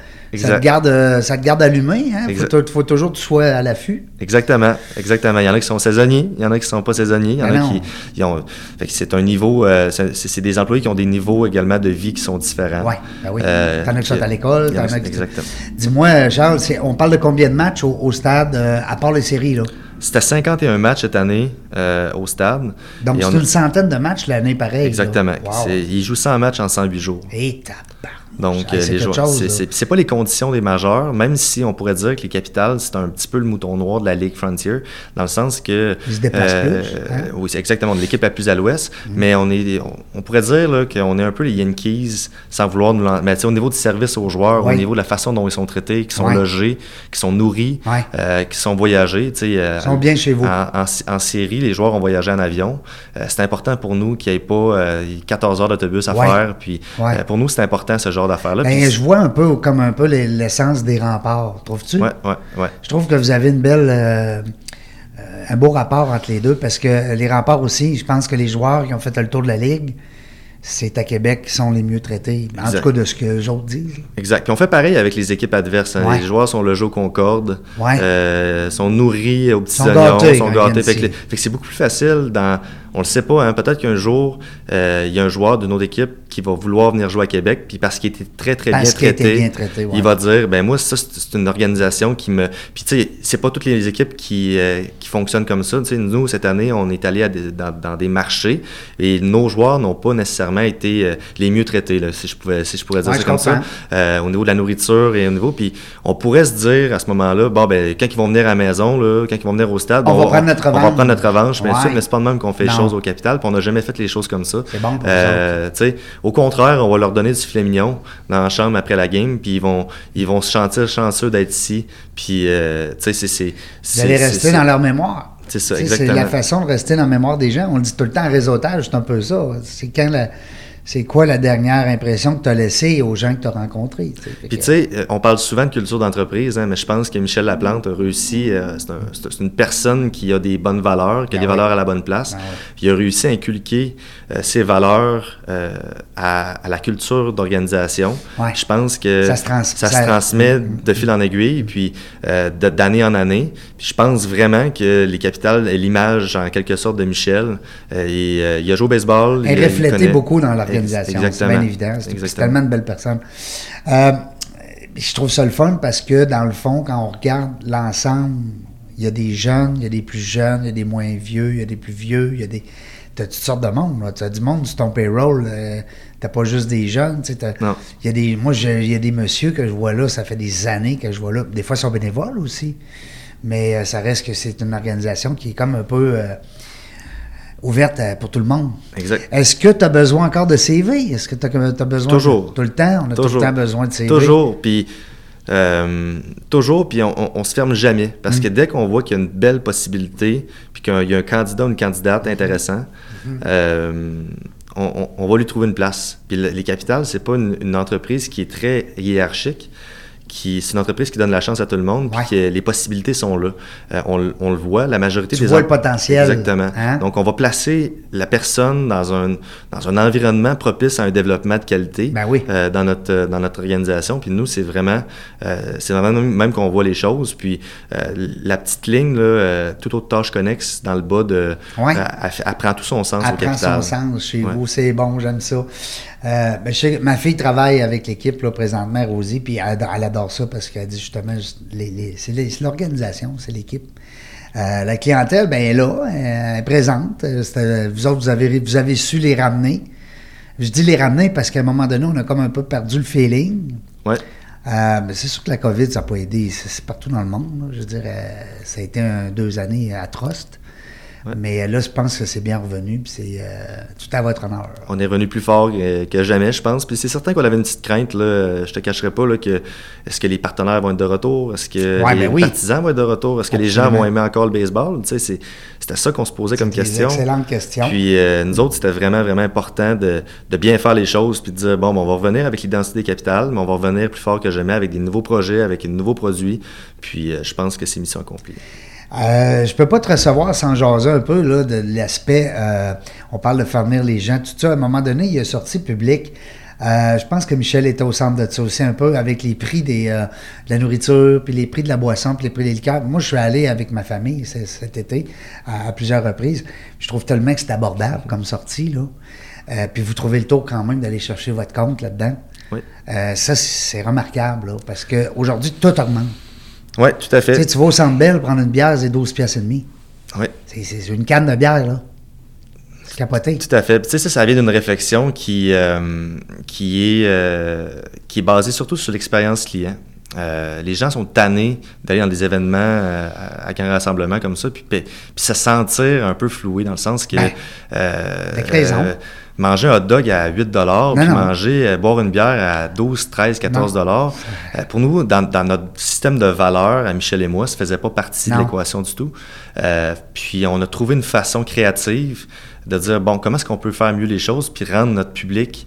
te garde allumé. Il faut toujours que tu sois à l'affût. Exactement. Il y en a qui sont saisonniers, il y en a qui ne sont pas saisonniers, il y en a qui ont... Fait que c'est un niveau... c'est des employés qui ont des niveaux également de vie qui sont différents. Oui. T'en as qui sont à l'école. Exactement. Dis-moi, Charles, on parle de combien de matchs au stade, à part les séries, là? C'était 51 matchs cette année au stade. Donc, c'est une centaine de matchs l'année, pareil. Exactement. Wow. Ils jouent 100 matchs en 108 jours. Et tabarnak. Donc, les joueurs, c'est pas les conditions des majeurs, même si on pourrait dire que les Capitals, c'est un petit peu le mouton noir de la Ligue Frontier, dans le sens que... Ils se déplacent plus. Oui, c'est exactement. L'équipe la plus à l'ouest, mais on pourrait dire là, qu'on est un peu les Yankees, sans vouloir nous... Mais au niveau du service aux joueurs, au niveau de la façon dont ils sont traités, qui sont logés, qui sont nourris, qui sont voyagés. Ils sont bien chez vous. En série, les joueurs ont voyagé en avion. C'est important pour nous qu'il n'y ait pas 14 heures d'autobus à faire. Puis, pour nous, c'est important, ce genre d'affaires-là. Je vois un peu comme l'essence des remparts, trouves-tu? Oui. Je trouve que vous avez une belle... un beau rapport entre les deux, parce que les remparts aussi, je pense que les joueurs qui ont fait le tour de la Ligue, c'est à Québec qui sont les mieux traités. En tout cas, de ce que les autres disent. Exact. Puis on fait pareil avec les équipes adverses. Hein. Les joueurs sont logés au Concorde, sont nourris aux petits oignons, sont gâtés. Fait que c'est beaucoup plus facile dans... On le sait pas, hein, peut-être qu'un jour, il y a un joueur d'une autre équipe qui va vouloir venir jouer à Québec, puis parce qu'il était très bien traité, il va dire, moi, ça, c'est une organisation qui me... Puis tu sais, c'est pas toutes les équipes qui fonctionnent comme ça. Tu sais, nous, cette année, on est allé dans des marchés, et nos joueurs n'ont pas nécessairement été les mieux traités, là, si je pourrais dire ça comme ça, au niveau de la nourriture et au niveau... Puis on pourrait se dire, à ce moment-là, quand ils vont venir à la maison, là, quand ils vont venir au stade, on va prendre notre revanche, bien sûr, mais c'est pas de même qu'on fait les choses au Capital, puis on n'a jamais fait les choses comme ça. C'est bon pour au contraire, on va leur donner du filet mignon dans la chambre après la game, puis ils vont se sentir chanceux d'être ici, puis d'aller rester dans leur mémoire. C'est ça, exactement. C'est la façon de rester dans la mémoire des gens. On le dit tout le temps en réseautage, c'est un peu ça. C'est quoi la dernière impression que tu as laissée aux gens que tu as rencontrés? Puis tu sais, on parle souvent de culture d'entreprise, hein, mais je pense que Michel Laplante a réussi, c'est une personne qui a des bonnes valeurs, qui a des valeurs à la bonne place, puis il a réussi à inculquer ses valeurs à la culture d'organisation. Je pense que ça se transmet de fil en aiguille, puis d'année en année. Puis je pense vraiment que les Capitals est l'image, en quelque sorte, de Michel. Il a joué au baseball. Elle reflétait beaucoup dans l'organisation, c'est bien évident. C'est tellement une belle personne. Je trouve ça le fun parce que, dans le fond, quand on regarde l'ensemble, Il y a des jeunes, il y a des plus jeunes, il y a des moins vieux, il y a des plus vieux, t'as toutes sortes de monde. Tu as du monde sur ton payroll. T'as pas juste des jeunes. Non. Il y a des messieurs que je vois là, ça fait des années que je vois là. Des fois, ils sont bénévoles aussi. Mais ça reste que c'est une organisation qui est comme un peu ouverte pour tout le monde. Exact. Est-ce que tu as besoin encore de CV? Est-ce que tu as besoin Toujours. Tout le temps? On a tout le temps besoin de CV. Toujours. Puis on se ferme jamais. Parce que dès qu'on voit qu'il y a une belle possibilité, puis qu'il y a un candidat ou une candidate intéressant, on va lui trouver une place. Puis les Capitales, c'est pas une entreprise qui est très hiérarchique. C'est une entreprise qui donne la chance à tout le monde, puis que les possibilités sont là. On le voit, la majorité tu vois le potentiel. Exactement. Hein? Donc, on va placer la personne dans un environnement propice à un développement de qualité dans notre organisation. Puis nous, c'est vraiment même qu'on voit les choses. Puis la petite ligne, là, toute autre tâche connexe dans le bas, elle prend tout son sens au Capital. Elle prend son sens chez vous, c'est bon, j'aime ça. Ma fille travaille avec l'équipe là, présentement, Rosie, puis elle adore ça parce qu'elle dit justement, c'est l'organisation, c'est l'équipe. La clientèle, ben elle est là, elle est présente. Vous autres, vous avez su les ramener. Je dis les ramener parce qu'à un moment donné, on a comme un peu perdu le feeling. Ouais. Mais c'est sûr que la COVID, ça n'a pas aidé. C'est partout dans le monde. Là. Je veux dire, ça a été 2 années atroces. Ouais. Mais là, je pense que c'est bien revenu, puis c'est tout à votre honneur. On est revenu plus fort que jamais, je pense. Puis c'est certain qu'on avait une petite crainte, là, je te cacherai pas, là, est-ce que les partenaires vont être de retour? Est-ce que les partisans vont être de retour? Est-ce que les gens vont aimer encore le baseball? Tu sais, c'était ça qu'on se posait comme question. C'est une excellente question. Puis nous autres, c'était vraiment, vraiment important de bien faire les choses, puis de dire, bon, on va revenir avec l'identité des Capitales, mais on va revenir plus fort que jamais avec des nouveaux projets, avec des nouveaux produits. Puis je pense que c'est mission accomplie. Je peux pas te recevoir sans jaser un peu là, de l'aspect, on parle de faire venir les gens, tout ça. À un moment donné, il a sorti public, je pense que Michel était au centre de ça aussi un peu, avec les prix de la nourriture, puis les prix de la boisson, puis les prix des liqueurs. Moi, je suis allé avec ma famille cet été à plusieurs reprises. Je trouve tellement que c'est abordable comme sortie, là. Puis vous trouvez le tour quand même d'aller chercher votre compte là-dedans. Oui. Ça, c'est remarquable, là, parce qu'aujourd'hui, tout augmente. Oui, tout à fait. Tu sais, tu vas au Centre Bell prendre une bière, c'est 12 piastres et demi. Oui. C'est une canne de bière, là. C'est capoté. Tout à fait. Tu sais, ça vient d'une réflexion qui est basée surtout sur l'expérience client. Les gens sont tannés d'aller dans des événements à grand rassemblement comme ça, puis se sentir un peu floué dans le sens que... Avec raison. Manger un hot dog à 8 $, puis boire une bière à 12, 13, 14 $. Pour nous, dans notre système de valeurs, à Michel et moi, ça ne faisait pas partie de l'équation du tout. Puis on a trouvé une façon créative de dire, bon, comment est-ce qu'on peut faire mieux les choses, puis rendre notre public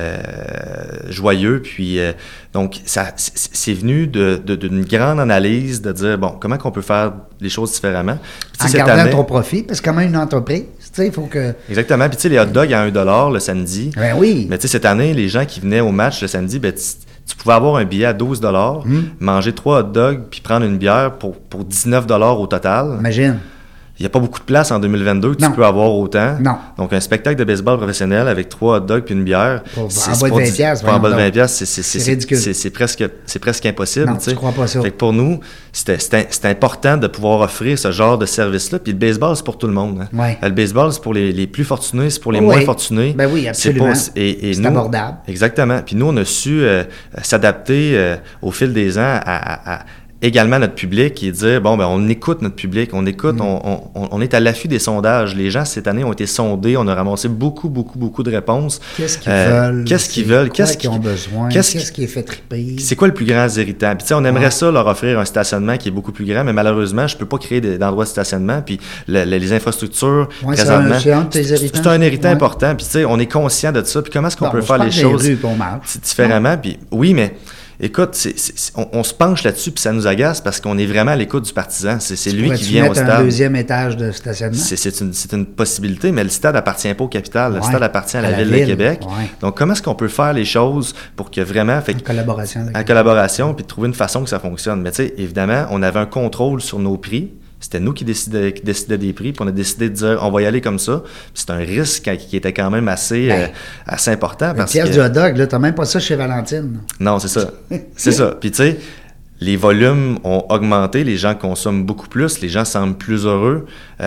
joyeux. Puis donc, c'est venu d'une grande analyse de dire, bon, comment qu'on peut faire les choses différemment. Puis, en gardant ton profit, parce que c'est quand même une entreprise. Il faut que... Exactement. Puis tu sais, les hot dogs à 1 $ le samedi. Ben oui. Mais tu sais, cette année, les gens qui venaient au match le samedi, ben, tu pouvais avoir un billet à 12 $, manger 3 hot dogs, puis prendre une bière pour 19 $ au total. Imagine. Il n'y a pas beaucoup de place en 2022 que tu peux avoir autant. Non. Donc, un spectacle de baseball professionnel avec 3 hot dogs puis une bière. En bas de 20 piastres. En bas de 20 piastres, c'est ridicule. C'est presque impossible. Non, tu crois pas ça. Fait que pour nous, c'est important de pouvoir offrir ce genre de service-là. Puis le baseball, c'est pour tout le monde. Hein. Ouais. Le baseball, c'est pour les plus fortunés, c'est pour les moins fortunés. Ben oui, absolument. C'est abordable. Exactement. Puis nous, on a su s'adapter au fil des ans à également notre public et dire, bon, ben on écoute notre public, on écoute, on est à l'affût des sondages. Les gens, cette année, ont été sondés, on a ramassé beaucoup de réponses. Qu'est-ce qu'ils veulent? Qu'est-ce qu'ils ont besoin? Qu'est-ce qui est fait triper? C'est quoi le plus grand irritant? Puis tu sais, on aimerait ça leur offrir un stationnement qui est beaucoup plus grand, mais malheureusement, je peux pas créer d'endroits de stationnement, puis les infrastructures, présentement, c'est un irritant important, puis tu sais, on est conscient de ça, puis comment est-ce qu'on peut faire les choses différemment? Puis oui, mais... Écoute, on se penche là-dessus, puis ça nous agace parce qu'on est vraiment à l'écoute du partisan. C'est lui qui vient au stade. Un deuxième étage de stationnement? C'est une possibilité, mais le stade appartient pas au Capitale. Le stade appartient à la Ville de Québec. Ouais. Donc, comment est-ce qu'on peut faire les choses pour que vraiment... En collaboration, puis de trouver une façon que ça fonctionne. Mais tu sais, évidemment, on avait un contrôle sur nos prix. C'était nous qui décidions des prix, puis on a décidé de dire on va y aller comme ça. Puis c'est un risque qui était quand même assez important. Parce que du hot dog, là, t'as même pas ça chez Valentine. Non, c'est ça. C'est ça. Puis tu sais, les volumes ont augmenté, les gens consomment beaucoup plus, les gens semblent plus heureux.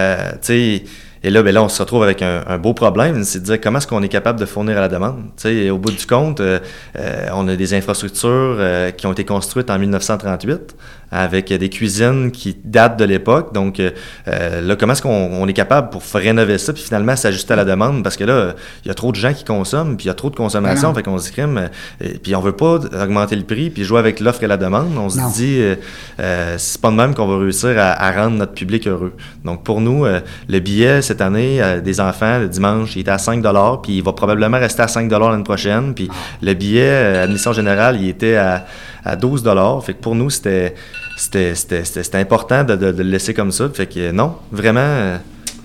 Et là, on se retrouve avec un beau problème, c'est de dire comment est-ce qu'on est capable de fournir à la demande. Au bout du compte, on a des infrastructures qui ont été construites en 1938 avec des cuisines qui datent de l'époque. Donc là, comment est-ce qu'on est capable pour rénover ça puis finalement s'ajuster à la demande? Parce que là, il y a trop de gens qui consomment, puis il y a trop de consommation, fait qu'on se dit crime, puis on veut pas augmenter le prix, puis jouer avec l'offre et la demande. On se dit, c'est pas de même qu'on va réussir à rendre notre public heureux. Donc pour nous, le billet cette année des enfants, le dimanche, il était à 5 $, puis il va probablement rester à 5 $ l'année prochaine. Puis le billet admission générale, il était à 12 $. Fait que pour nous, c'était important de le laisser comme ça. Fait que non, vraiment.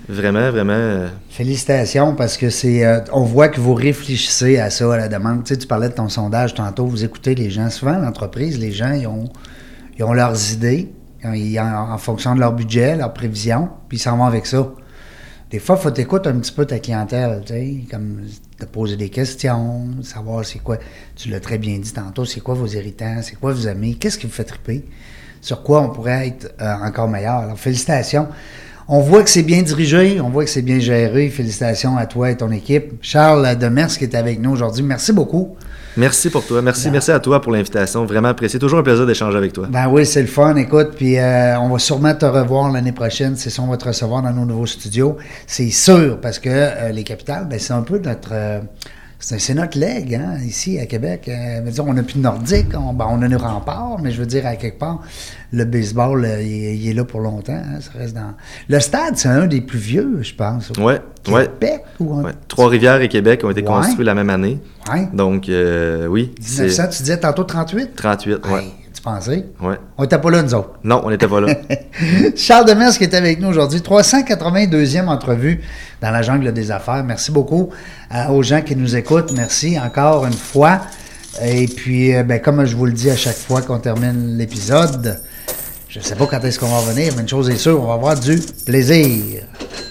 Félicitations, parce que on voit que vous réfléchissez à ça, à la demande. Tu sais, tu parlais de ton sondage tantôt, vous écoutez les gens. Souvent, l'entreprise, les gens, ils ont leurs idées en fonction de leur budget, leur prévision, puis ils s'en vont avec ça. Des fois, il faut t'écouter un petit peu ta clientèle, tu sais, comme te poser des questions, savoir c'est quoi, tu l'as très bien dit tantôt, c'est quoi vos irritants, c'est quoi vous aimez, qu'est-ce qui vous fait triper, sur quoi on pourrait être encore meilleur. Alors, félicitations. On voit que c'est bien dirigé, on voit que c'est bien géré. Félicitations à toi et ton équipe. Charles Demers qui est avec nous aujourd'hui, merci beaucoup. Merci pour toi. Merci à toi pour l'invitation. Vraiment apprécié. Toujours un plaisir d'échanger avec toi. Ben oui, c'est le fun. Écoute, puis on va sûrement te revoir l'année prochaine. C'est ça, on va te recevoir dans nos nouveaux studios. C'est sûr, parce que les capitales, ben c'est un peu notre... c'est notre legs, hein, ici à Québec. On n'a plus de Nordique, on a nos remparts, mais je veux dire, à quelque part, le baseball, il est là pour longtemps. Hein, ça reste dans... Le stade, c'est un des plus vieux, je pense. Oui. Québec ou... Trois-Rivières et Québec ont été construits la même année. Ouais. Donc, oui. 1900, tu disais tantôt 38? 38, oui. Tu pensais? Oui. On n'était pas là, nous autres. Non, on n'était pas là. Charles Demers qui est avec nous aujourd'hui. 382e entrevue dans la jungle des affaires. Merci beaucoup aux gens qui nous écoutent. Merci encore une fois. Et puis, comme je vous le dis à chaque fois qu'on termine l'épisode, je ne sais pas quand est-ce qu'on va revenir, mais une chose est sûre, on va avoir du plaisir.